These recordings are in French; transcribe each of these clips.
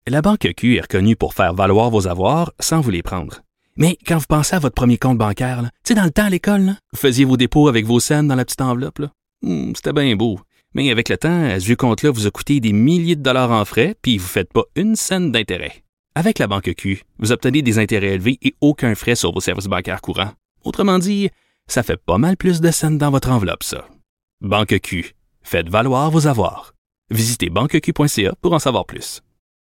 La Banque Q est reconnue pour faire valoir vos avoirs sans vous les prendre. Mais quand vous pensez à votre premier compte bancaire, tu sais, dans le temps à l'école, là, vous faisiez vos dépôts avec vos scènes dans la petite enveloppe. Là. C'était bien beau. Mais avec le temps, ce vieux compte-là vous a coûté des milliers de dollars en frais, puis vous ne faites pas une scène d'intérêt. Avec la Banque Q, vous obtenez des intérêts élevés et aucun frais sur vos services bancaires courants. Autrement dit, ça fait pas mal plus de scènes dans votre enveloppe, ça. Banque Q. Faites valoir vos avoirs. Visitez banqueq.ca pour en savoir plus.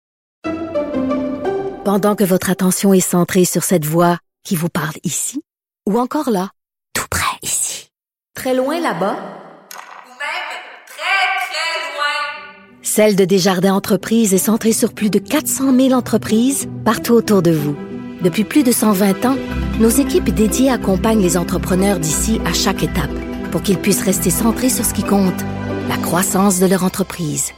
Pendant que votre attention est centrée sur cette voix qui vous parle ici, ou encore là, tout près ici, très loin là-bas, ou même très, très loin, Celle de Desjardins Entreprises est centrée sur plus de 400 000 entreprises partout autour de vous. Depuis plus de 120 ans, nos équipes dédiées accompagnent les entrepreneurs d'ici à chaque étape pour qu'ils puissent rester centrés sur ce qui compte, la croissance de leur entreprise.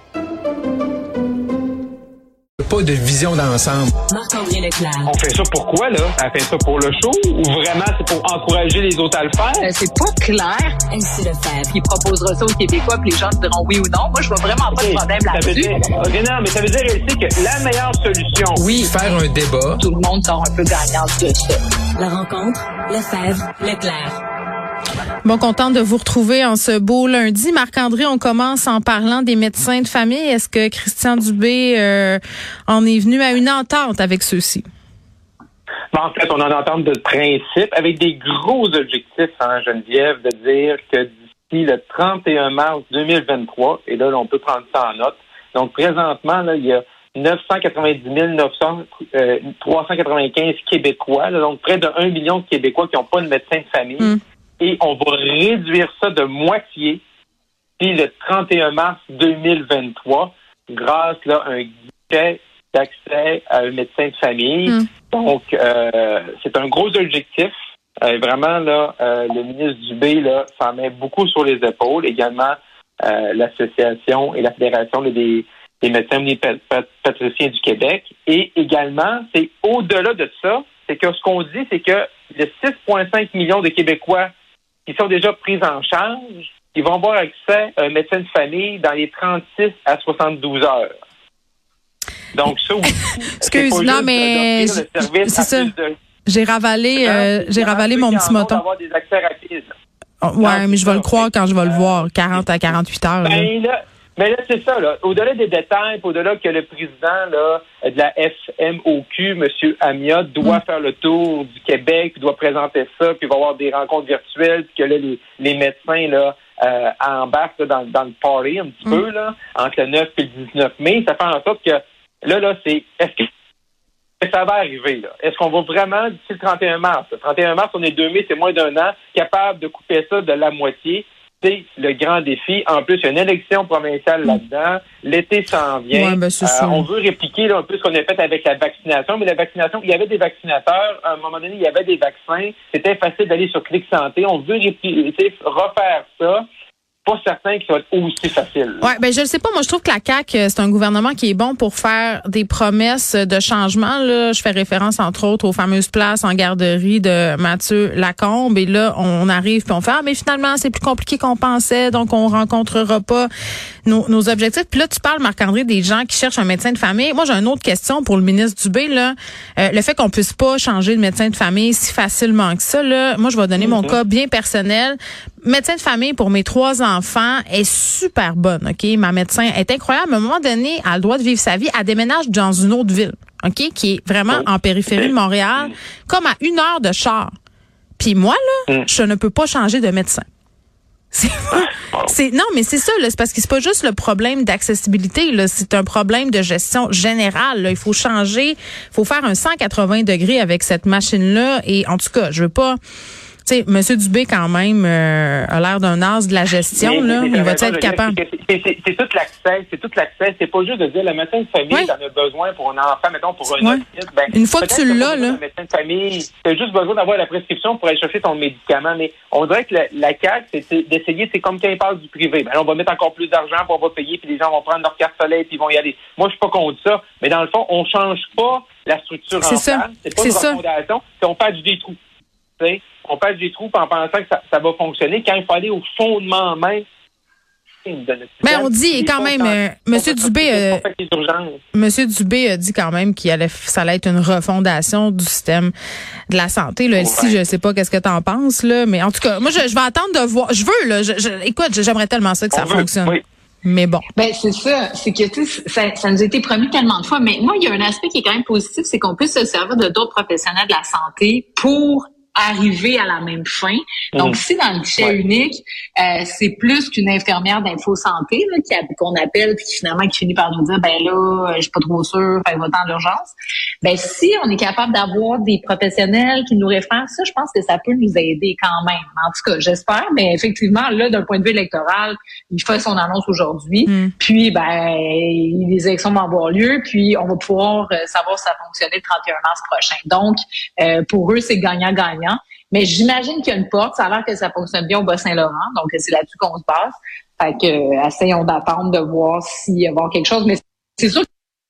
Pas de vision d'ensemble. Marc-André Leclerc. On fait ça pourquoi, là? Elle fait ça pour le show ou vraiment c'est pour encourager les autres à le faire? C'est pas clair. MC Lefebvre. Il proposera ça aux Québécois puis les gens diront oui ou non. Moi, je vois vraiment pas de problème là-dessus. Non, mais ça veut dire, elle sait que la meilleure solution... Oui, faire un débat. Tout le monde sort un peu gagnant de ça. La rencontre, Lefebvre-Leclerc. Bon, contente de vous retrouver en ce beau lundi. Marc-André, on commence en parlant des médecins de famille. Est-ce que Christian Dubé en est venu à une entente avec ceux-ci? En fait, on en entend de principe avec des gros objectifs, Geneviève, de dire que d'ici le 31 mars 2023, et là, on peut prendre ça en note, donc présentement, là, il y a 990 395 Québécois, là, donc près de 1 million de Québécois qui n'ont pas de médecin de famille. Et on va réduire ça de moitié puis le 31 mars 2023 grâce là, à un guichet d'accès à un médecin de famille. Donc, c'est un gros objectif. Vraiment, là, le ministre Dubé là, s'en met beaucoup sur les épaules. Également, l'association et la Fédération des médecins patriciens du Québec. Et également, c'est au-delà de ça, c'est que ce qu'on dit, c'est que les 6,5 millions de Québécois qui sont déjà pris en charge, ils vont avoir accès à un médecin de famille dans les 36 à 72 heures. Donc, ça aussi. Excuse, non, mais c'est ça. J'ai ravalé mon petit moton. Avoir des accès rapides. Ouais, mais je vais le croire quand je vais le voir, 40 à 48 heures. Mais là, c'est ça, là. Au-delà des détails, au-delà que le président là, de la FMOQ, M. Amiot, doit faire le tour du Québec, puis doit présenter ça, puis il va y avoir des rencontres virtuelles, puis que là, les médecins là, embarquent là, dans le party un petit peu, là, entre le 9 et le 19 mai. Ça fait en sorte que là, c'est est-ce que ça va arriver, là? Est-ce qu'on va vraiment, d'ici le 31 mars? Le 31 mars, on est 2 mai, c'est moins d'un an, capable de couper ça de la moitié? C'est le grand défi. En plus, il y a une élection provinciale là-dedans. L'été s'en vient. Ouais, on veut répliquer là, un peu ce qu'on a fait avec la vaccination. Mais la vaccination, il y avait des vaccinateurs. À un moment donné, il y avait des vaccins. C'était facile d'aller sur Clic Santé. On veut refaire ça. Pas certain que ça va être aussi facile. Ouais, ben je le sais pas. Moi, je trouve que la CAQ, c'est un gouvernement qui est bon pour faire des promesses de changement. Là, je fais référence entre autres aux fameuses places en garderie de Mathieu Lacombe. Et là, on arrive puis on fait mais finalement c'est plus compliqué qu'on pensait, donc on rencontrera pas nos objectifs. Puis là, tu parles, Marc-André, des gens qui cherchent un médecin de famille. Moi, j'ai une autre question pour le ministre Dubé. Là, le fait qu'on puisse pas changer de médecin de famille si facilement que ça. Là, moi, je vais donner mon cas bien personnel. Médecin de famille pour mes 3 enfants est super bonne, OK? Ma médecin est incroyable. À un moment donné, elle a le droit de vivre sa vie. Elle déménage dans une autre ville, OK? Qui est vraiment en périphérie de Montréal, comme à 1 heure de char. Puis moi, là, je ne peux pas changer de médecin. Non, mais c'est ça, là. C'est parce que c'est pas juste le problème d'accessibilité, là. C'est un problème de gestion générale, là. Il faut changer. Il faut faire un 180 degrés avec cette machine-là. Et en tout cas, je veux pas... Tu sais, M. Dubé, quand même, a l'air d'un as de la gestion, là. Il va être capable? C'est tout l'accès. C'est pas juste de dire le médecin de famille, t'en as besoin pour un enfant, mettons, pour un autre. Une fois que tu l'as, là. Le médecin de famille, t'as juste besoin d'avoir la prescription pour aller chercher ton médicament. Mais on dirait que la CAQ, c'est d'essayer, c'est comme quand ils parlent du privé. Ben, on va mettre encore plus d'argent, puis on va payer, puis les gens vont prendre leur carte soleil, puis ils vont y aller. Moi, je suis pas contre ça. Mais dans le fond, on change pas la structure en place. C'est pas une refondation. On patche des trous. On patche des trous en pensant que ça va fonctionner. Quand il faut aller au fondement même On dit quand même, Monsieur Dubé a dit quand même ça allait être une refondation du système de la santé. Là, Elsie, je sais pas qu'est-ce que t'en penses, là, mais en tout cas, moi, je vais attendre de voir. Je veux, là, écoute, j'aimerais tellement ça que ça fonctionne. Oui. Mais bon. C'est ça. C'est que, ça nous a été promis tellement de fois. Mais moi, il y a un aspect qui est quand même positif, c'est qu'on peut se servir de d'autres professionnels de la santé pour arriver à la même fin. Donc, si dans le guichet unique, c'est plus qu'une infirmière d'info-santé qu'on appelle puis qui finit par nous dire, je suis pas trop sûre, va-t'en à l'urgence. Si on est capable d'avoir des professionnels qui nous réfèrent, ça, je pense que ça peut nous aider quand même. En tout cas, j'espère. Mais effectivement, là, d'un point de vue électoral, il fait son annonce aujourd'hui. Puis, les élections vont avoir lieu. Puis, on va pouvoir savoir si ça va fonctionner le 31 mars prochain. Donc, pour eux, c'est gagnant-gagnant. Mais j'imagine qu'il y a une porte. Ça a l'air que ça fonctionne bien au Bas-Saint-Laurent. Donc, c'est là-dessus qu'on se base. Fait que, essayons d'attendre de voir s'il va y avoir quelque chose. Mais c'est sûr.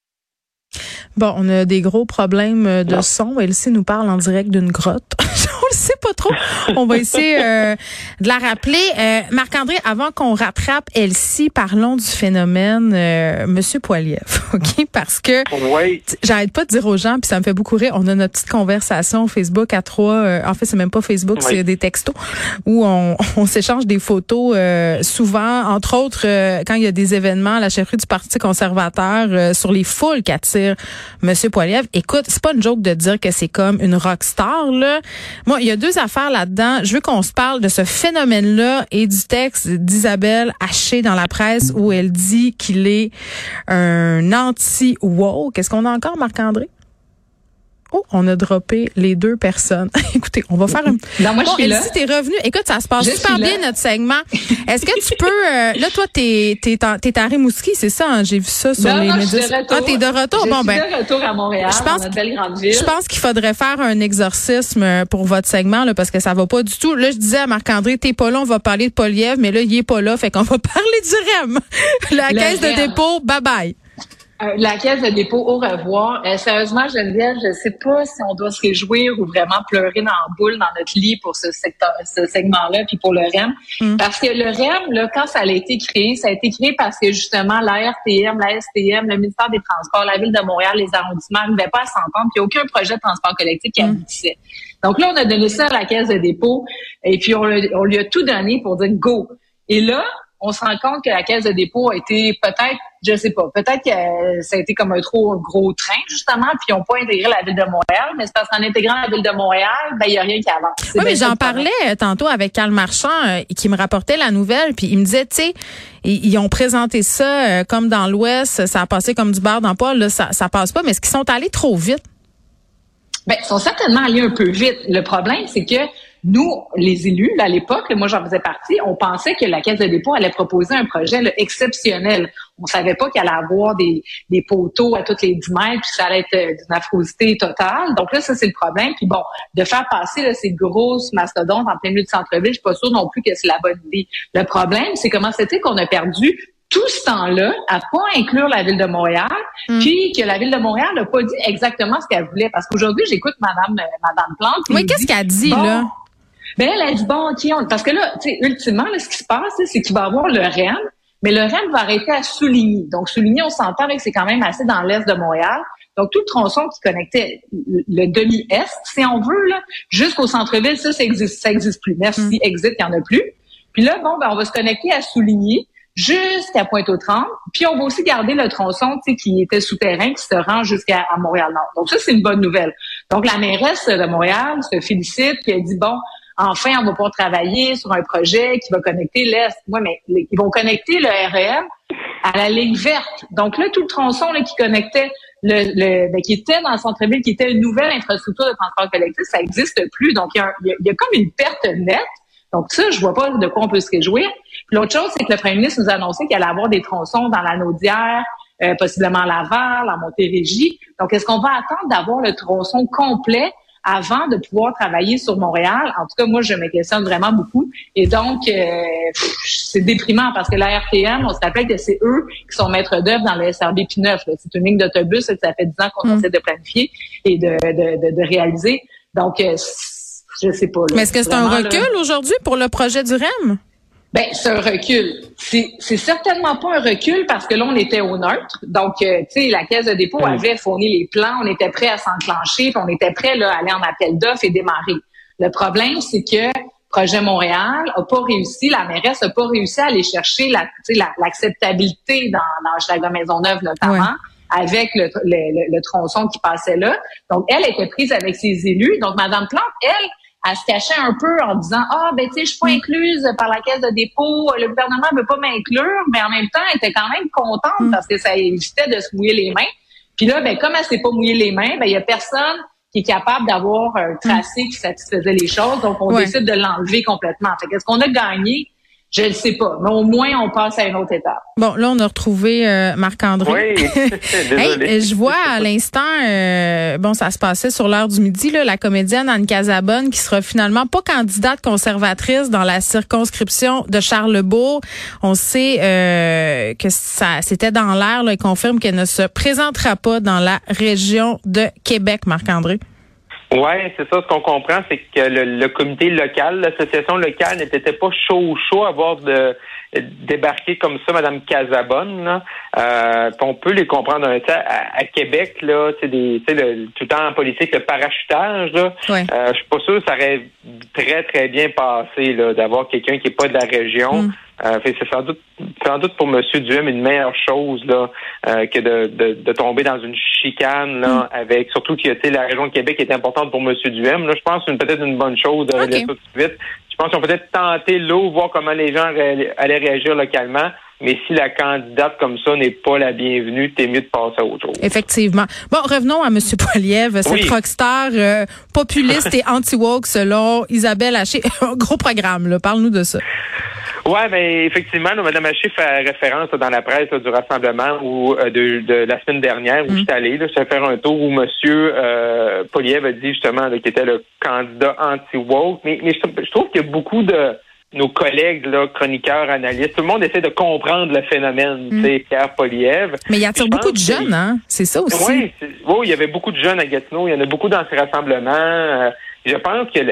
Bon, on a des gros problèmes de son. Elsie nous parle en direct d'une grotte. On le sait pas trop. On va essayer de la rappeler. Marc-André, avant qu'on rattrape Elsie, parlons du phénomène Monsieur Poilievre, OK? Parce que j'arrête pas de dire aux gens, puis ça me fait beaucoup rire, on a notre petite conversation Facebook à trois. En fait, c'est même pas Facebook, c'est des textos où on s'échange des photos souvent, entre autres, quand il y a des événements à la chefferie du Parti conservateur sur les foules qu'attire Monsieur Poilievre. Écoute, c'est pas une joke de dire que c'est comme une rockstar, là. Moi, il y a deux affaires là-dedans. Je veux qu'on se parle de ce phénomène-là et du texte d'Isabelle Haché dans la presse où elle dit qu'il est un anti-woke. Qu'est-ce qu'on a encore, Marc-André? Oh, on a droppé les deux personnes. Écoutez, on va faire un... Non, moi, je suis Elsie, t'es revenue. Écoute, ça se passe super bien, notre segment. Est-ce que tu peux... là, toi, t'es à Rimouski, c'est ça? Hein? J'ai vu ça sur les médias. T'es de retour? Je suis de retour à Montréal, dans notre belle grande ville. Je pense qu'il faudrait faire un exorcisme pour votre segment, là, parce que ça va pas du tout. Là, je disais à Marc-André, t'es pas là, on va parler de Poilievre, mais là, il est pas là, fait qu'on va parler du REM. La caisse de dépôt, bye-bye. La caisse de dépôt, au revoir. Sérieusement, Geneviève, je sais pas si on doit se réjouir ou vraiment pleurer dans la boule dans notre lit pour ce segment-là, puis pour le REM. Parce que le REM, là, quand ça a été créé, ça a été créé parce que justement, l'ARTM, la STM, le ministère des Transports, la Ville de Montréal, les arrondissements n'arrivaient pas à s'entendre, puis aucun projet de transport collectif qui aboutissait. Donc là, on a donné ça à la caisse de dépôt, et puis on lui a tout donné pour dire go. Et là, on se rend compte que la caisse de dépôt a été peut-être, je sais pas, peut-être que ça a été comme un trop gros train, justement, puis ils n'ont pas intégré la Ville de Montréal, mais c'est parce qu'en intégrant la Ville de Montréal, il n'y a rien qui avance. Oui, mais j'en parlais tantôt avec Carl Marchand, qui me rapportait la nouvelle, puis il me disait, tu sais, ils ont présenté ça comme dans l'Ouest, ça a passé comme du beurre dans le poêle, là, ça passe pas, mais est-ce qu'ils sont allés trop vite? Ils sont certainement allés un peu vite. Le problème, c'est que nous, les élus, là, à l'époque, moi j'en faisais partie, on pensait que la Caisse de dépôt allait proposer un projet là, exceptionnel. On savait pas qu'il allait avoir des poteaux à toutes les 10 mètres, puis ça allait être d'une affrosité totale. Donc là, ça, c'est le problème. Puis bon, de faire passer là, ces grosses mastodontes en plein milieu de centre-ville, je suis pas sûre non plus que c'est la bonne idée. Le problème, c'est comment c'était qu'on a perdu tout ce temps-là à pas inclure la Ville de Montréal, puis que la Ville de Montréal n'a pas dit exactement ce qu'elle voulait. Parce qu'aujourd'hui, j'écoute Madame Plante. Oui, qu'est-ce qu'elle dit, là? Elle a dit, OK, parce que là, tu sais, ultimement, là, ce qui se passe, c'est qu'il va y avoir le REM, mais le REM va arrêter à Souligny. Donc, Souligny, on s'entend avec, c'est quand même assez dans l'est de Montréal. Donc, tout le tronçon qui connectait le demi-est, si on veut, là, jusqu'au centre-ville, ça existe plus. Merci, exit, il n'y en a plus. Puis là, on va se connecter à Souligny jusqu'à Pointe-aux-Trembles. Puis, on va aussi garder le tronçon, tu sais, qui était souterrain, qui se rend jusqu'à Montréal-Nord. Donc, ça, c'est une bonne nouvelle. Donc, la mairesse de Montréal se félicite, puis elle dit, enfin, on va pouvoir travailler sur un projet qui va connecter l'Est. Oui, mais ils vont connecter le REM à la ligne verte. Donc là, tout le tronçon là, qui connectait qui était dans le centre-ville, qui était une nouvelle infrastructure de transport collectif, ça n'existe plus. Donc, il y a comme une perte nette. Donc ça, je vois pas de quoi on peut se réjouir. Puis l'autre chose, c'est que le premier ministre nous a annoncé qu'il allait avoir des tronçons dans la Naudière, possiblement à Laval, en Montérégie. Donc, est-ce qu'on va attendre d'avoir le tronçon complet avant de pouvoir travailler sur Montréal? En tout cas, moi, je me questionne vraiment beaucoup. Et donc, c'est déprimant parce que la RTM, on se rappelle que c'est eux qui sont maîtres d'œuvre dans le SRB P9. C'est une ligne d'autobus que ça fait 10 ans qu'on essaie de planifier et de réaliser. Donc, je sais pas. Là, mais est-ce que c'est un recul aujourd'hui pour le projet du REM? Ben, c'est un recul. C'est certainement pas un recul parce que là, on était au neutre. Donc, tu sais, la Caisse de dépôt avait fourni les plans, on était prêt à s'enclencher, puis on était prêt là, à aller en appel d'offres et démarrer. Le problème, c'est que Projet Montréal a pas réussi, la mairesse a pas réussi à aller chercher l'acceptabilité dans Hochelaga-Maisonneuve notamment, avec le tronçon qui passait là. Donc, elle était prise avec ses élus. Donc, Mme Plante, elle se cachait un peu en disant tu sais, je suis pas incluse par la Caisse de dépôt, le gouvernement veut pas m'inclure, mais en même temps, elle était quand même contente parce que ça évitait de se mouiller les mains. Puis là, comme elle s'est pas mouillé les mains, il y a personne qui est capable d'avoir un tracé qui satisfaisait les choses, donc on décide de l'enlever complètement. Fait qu'est-ce qu'on a gagné? Je ne sais pas, mais au moins, on passe à une autre étape. Bon, là, on a retrouvé Marc-André. Oui, désolé. Hey, je vois à l'instant, ça se passait sur l'heure du midi, là, la comédienne Anne Casabonne, qui sera finalement pas candidate conservatrice dans la circonscription de Charlesbourg. On sait que c'était dans l'air, là, et confirme qu'elle ne se présentera pas dans la région de Québec, Marc-André. Oui, c'est ça. Ce qu'on comprend, c'est que le comité local, l'association locale n'était pas chaud à voir débarquer comme ça Mme Casabonne. Là. On peut les comprendre. À Québec, là, c'est tout le temps en politique, le parachutage. Là. Ouais. Je suis pas sûr que ça aurait très, très bien passé là, d'avoir quelqu'un qui est pas de la région. C'est sans doute pour M. Duhem une meilleure chose là que de tomber dans une chicane là avec surtout que la région de Québec est importante pour M. Duhem. Là, je pense que c'est peut-être une bonne chose de régler ça tout de suite. Je pense qu'on peut peut-être tenter l'eau, voir comment les gens allaient réagir localement. Mais si la candidate comme ça n'est pas la bienvenue, t'es mieux de passer à autre chose. Effectivement. Bon, revenons à M. Poilievre, cette rockstar populiste et anti-woke selon Isabelle Haché. Un gros programme, là. Parle-nous de ça. Ouais, mais effectivement, là, Mme Haché fait référence là, dans la presse là, du rassemblement ou de la semaine dernière où j'étais allé, là, je vais faire un tour où M. Poilievre a dit justement qu'il était le candidat anti-woke. Mais je trouve qu'il y a beaucoup de nos collègues, là, chroniqueurs, analystes, tout le monde essaie de comprendre le phénomène, Pierre Poilievre. Mais il attire beaucoup de jeunes, hein? C'est ça aussi. Oui, il y avait beaucoup de jeunes à Gatineau, il y en a beaucoup dans ces rassemblements. Je pense que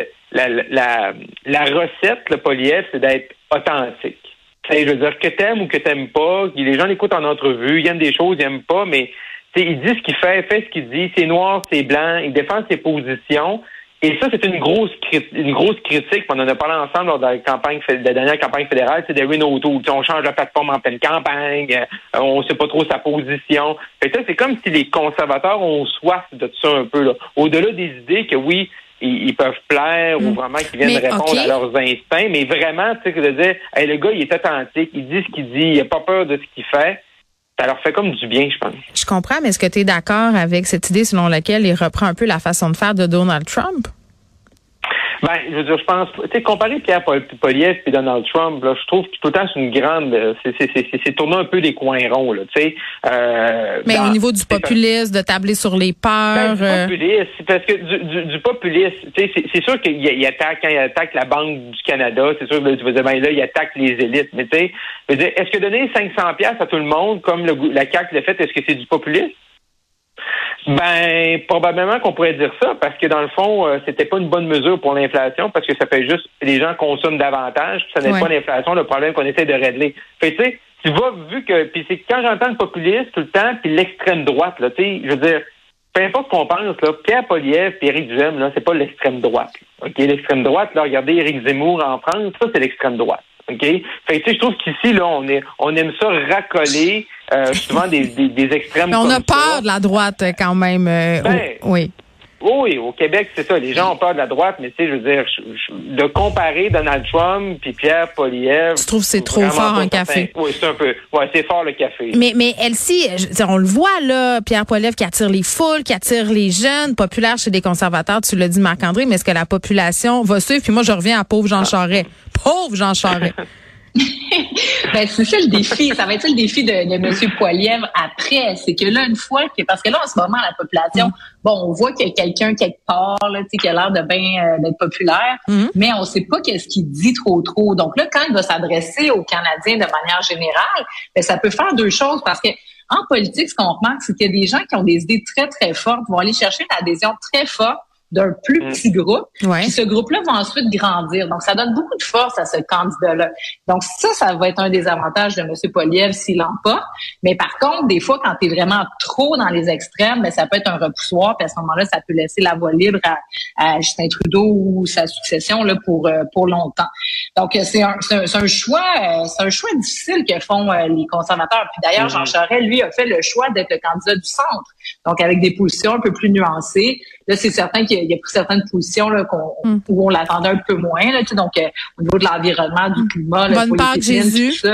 la recette, le Poilievre, c'est d'être authentique. Je veux dire, que t'aimes ou que t'aimes pas, les gens l'écoutent en entrevue, ils aiment des choses, ils aiment pas, mais il dit ce qu'il fait ce qu'il dit, c'est noir, c'est blanc, il défend ses positions. Et ça, c'est une grosse critique. On en a parlé ensemble lors de la dernière campagne fédérale, c'est d'Erin O'Toole. On change la plateforme en pleine campagne, on sait pas trop sa position. Et ça, c'est comme si les conservateurs ont soif de ça un peu, là. Au-delà des idées que oui, ils peuvent plaire ou vraiment qu'ils viennent répondre à leurs instincts, mais vraiment, tu sais, de dire, hey, le gars, il est authentique, il dit ce qu'il dit, il a pas peur de ce qu'il fait. Ça leur fait comme du bien, je pense. Je comprends, mais est-ce que tu es d'accord avec cette idée selon laquelle il reprend un peu la façon de faire de Donald Trump? Ben, je veux dire, je pense, tu sais, comparer Pierre Poilievre et Donald Trump, là, je trouve que tout le temps c'est une grande, c'est tourner un peu des coins ronds, là, tu sais. Mais au niveau du populisme, de tabler sur les peurs. Ben, du populisme, parce que du populisme, tu sais, c'est sûr qu'il attaque quand il attaque la Banque du Canada, c'est sûr que tu vas dire, ben là, il attaque les élites, mais tu sais, je veux dire, est-ce que donner 500$ à tout le monde, comme la CAQ l'a fait, est-ce que c'est du populisme? Ben, probablement qu'on pourrait dire ça, parce que dans le fond, c'était pas une bonne mesure pour l'inflation, parce que ça fait juste les gens consomment davantage, puis ça n'est pas l'inflation, le problème qu'on essaie de régler. Fait tu sais, tu vois, vu que, puis c'est quand j'entends le populisme tout le temps, puis l'extrême droite, là, tu sais, je veux dire, peu importe ce qu'on pense, là, Pierre Poilievre et Éric Duhem, là, c'est pas l'extrême droite. Là, OK, l'extrême droite, là, regardez Éric Zemmour en France, ça, c'est l'extrême droite. OK? Fait que, tu sais, je trouve qu'ici, là, on aime ça racoler, souvent des extrêmes. Mais on a peur de la droite, quand même. Oui. Oui, au Québec, c'est ça. Les gens ont peur de la droite, mais tu sais, je veux dire, de comparer Donald Trump puis Pierre Poilievre. Tu trouves que c'est trop fort un café? Oui, c'est un peu. Oui, c'est fort le café. Mais Elsie, on le voit, là, Pierre Poilievre qui attire les foules, qui attire les jeunes, populaire chez les conservateurs, tu l'as dit, Marc-André, mais est-ce que la population va suivre? Puis moi, je reviens à pauvre Jean Charest. Pauvre Jean Charest. Ben, c'est ça le défi. Ça va être ça le défi de M. Poilievre après. C'est que là, une fois que, parce que là, en ce moment, la population, bon, on voit qu'il y a quelqu'un quelque part, là, tu sais, qui a l'air de bien, d'être populaire, mais on sait pas qu'est-ce qu'il dit trop. Donc là, quand il va s'adresser aux Canadiens de manière générale, ben, ça peut faire deux choses parce que, en politique, ce qu'on remarque, c'est qu'il y a des gens qui ont des idées très, très fortes, vont aller chercher une adhésion très forte d'un plus petit groupe. Ouais. Puis ce groupe-là va ensuite grandir. Donc, ça donne beaucoup de force à ce candidat-là. Donc, ça va être un des avantages de M. Poilievre s'il l'emporte. Mais par contre, des fois, quand tu es vraiment trop dans les extrêmes, ça peut être un repoussoir. Puis à ce moment-là, ça peut laisser la voie libre à Justin Trudeau ou sa succession là pour longtemps. Donc, c'est un choix difficile que font les conservateurs. Puis d'ailleurs, Jean Charest, lui, a fait le choix d'être le candidat du centre. Donc, avec des positions un peu plus nuancées. Là, c'est certain qu'il y a pris certaines positions là, où on l'attendait un peu moins. Là, donc, au niveau de l'environnement, du climat, là, bonne part de Jésus. Tout ça.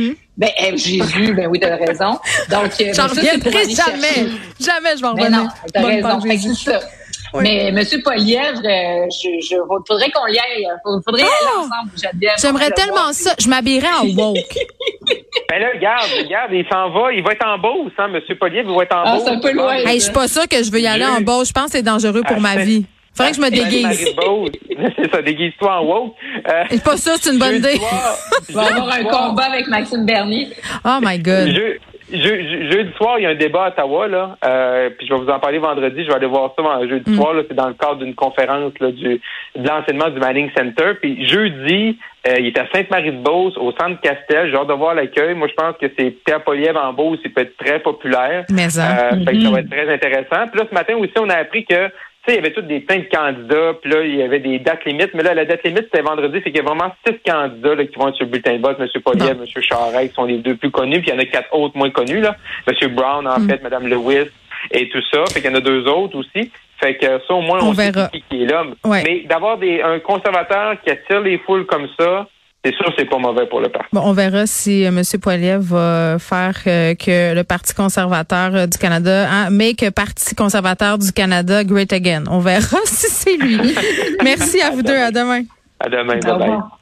Jésus, oui, t'as raison. Donc, j'en reviendrai jamais. Jamais je vais en revenir. Non, t'as raison. C'est ça. Oui. Mais M. Poilievre, faudrait qu'on y aille. Faudrait y aller ensemble, Geneviève. J'aimerais tellement ça. Je m'habillerais en woke. Ben là, regarde, il s'en va. Il va être en Beauce, hein, M. Poilievre, il va être en Beauce. C'est un peu loin. Hey, je suis pas sûre que je veux y aller en Beauce. Je pense que c'est dangereux pour ma vie. Faudrait que je me déguise. C'est ça, déguise-toi en woke. Je suis pas sûre que c'est une bonne idée. Tu vas avoir un combat avec Maxime Bernier. Oh my God. Jeudi soir, il y a un débat à Ottawa, là. Puis je vais vous en parler vendredi. Je vais aller voir ça jeudi soir, là. C'est dans le cadre d'une conférence là, de l'enseignement du Manning Center. Puis jeudi, il est à Sainte-Marie-de-Beauce, au centre Castel. J'ai hâte de voir l'accueil. Moi, je pense que c'est Pierre Poilievre en Beauce. Il peut être très populaire. Mais ça. Fait que ça va être très intéressant. Puis là, ce matin aussi, on a appris que il y avait tous des plein de candidats, puis là, il y avait des dates limites. Mais là, la date limite, c'était vendredi, c'est qu'il y a vraiment 6 candidats là, qui vont être sur le bulletin de vote. M. Poilievre, M. Charest, qui sont les 2 plus connus, puis il y en a 4 autres moins connus, là. M. Brown, en fait, Mme Lewis et tout ça. Fait qu'il y en a 2 autres aussi. Fait que ça, au moins, on verra. sait qui est là. Ouais. Mais d'avoir un conservateur qui attire les foules comme ça, c'est sûr, c'est pas mauvais pour le parti. Bon, on verra si M. Poilievre va faire que le Parti conservateur du Canada, make Parti conservateur du Canada great again. On verra si c'est lui. Merci à vous deux. À demain. À demain. Bye bye.